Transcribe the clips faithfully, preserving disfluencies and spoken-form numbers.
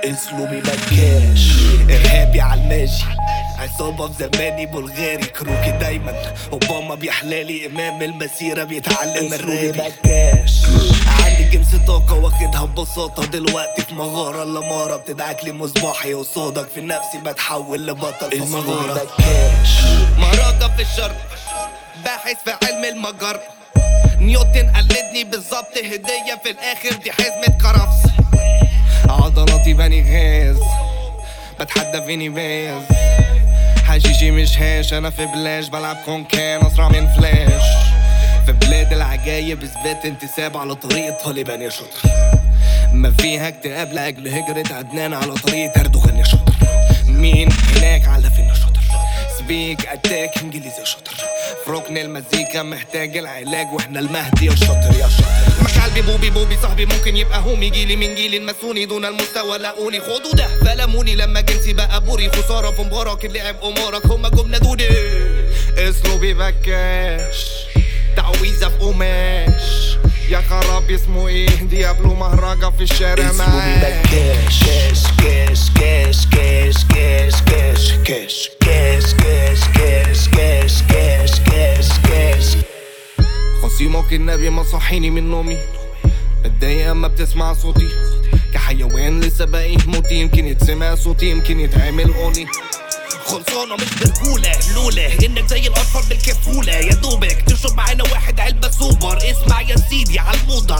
اسلوبي بكاش ارهابي عالماشي عصابة في زماني بلغاري كروكي دايما اوباما بيحلالي امام المسيرة بيتعلم الرابي بكاش عندي جنس طاقة واخدها ببساطة دلوقتي في مغارة الامارة بتدعكلي مصباحي قصادك في نفسي بتحول لبطل في مغارة بكاش مراجع في الشرق باحث في علم المجر نيوتن قلدني بالظبط هدية في الاخر دي حزمة كرفس عضلاتي بني غاز بتحدى فيني باز حشيشي مش هاش انا في بلاش بلعب كونكان اسرع من فلاش في بلاد العجايب اثبات انتساب على طريقة طالبان يا شطر ما فيها اكتئاب لاجل هجرة عدنان على طريقة اردوغان يا شطر مين هناك على فين يا شطر سبيك اتاك انجليزي يا شطر في ركن المزيكا محتاج العلاج واحنا المهدي يا شطر يا شطر مش قلبي بوبي بوبي صاحبي ممكن يبقى هومي جيلي من جيل المسوني دون المستوى لاقوني خدوا ده فلموني لما جنسي بقى بوري خسارة في مبارك اللي لعب قمارك هما جملة دودي اسلوبي بكاش تعويذة في قماش يا خراب اسمه ايه ديابلو مهرجة في الشارع معاش بكاش كاش كاش كاش كاش كاش كاش كاش كاش كاش كاش كاش كاش كاش خصيمك النبي ما صحيني من نومي متضايق اما بتسمع صوتي كحيوان لسه باقي موتي يمكن يتسمع صوتي يمكن يتعمل اوني خلصانة مش برجولة لولا انك زي الاطفال بالكفولة يا دوبك تشرب معانا واحد علبة سوبر اسمع يا سيدي عالموضة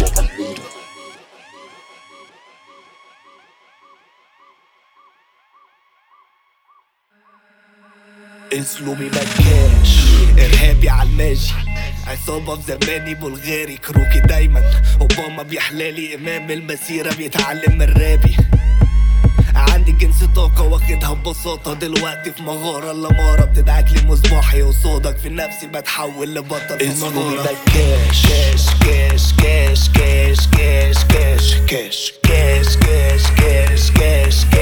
اسلوبي بكاش ارهابي عالماشي عصابة في زماني بلغاري كروكي دايما اوباما بيحلالي امام المسيرة بيتعلم الرابي عندي جنس طاقة واخدها ببساطة دلوقتي في مغارة الامارة بتدعكلي مصباحي قصادك في نفسي بتحول لبطل في مغارة بكاش كاش كاش كاش كاش كاش كاش كاش كاش كاش كاش كاش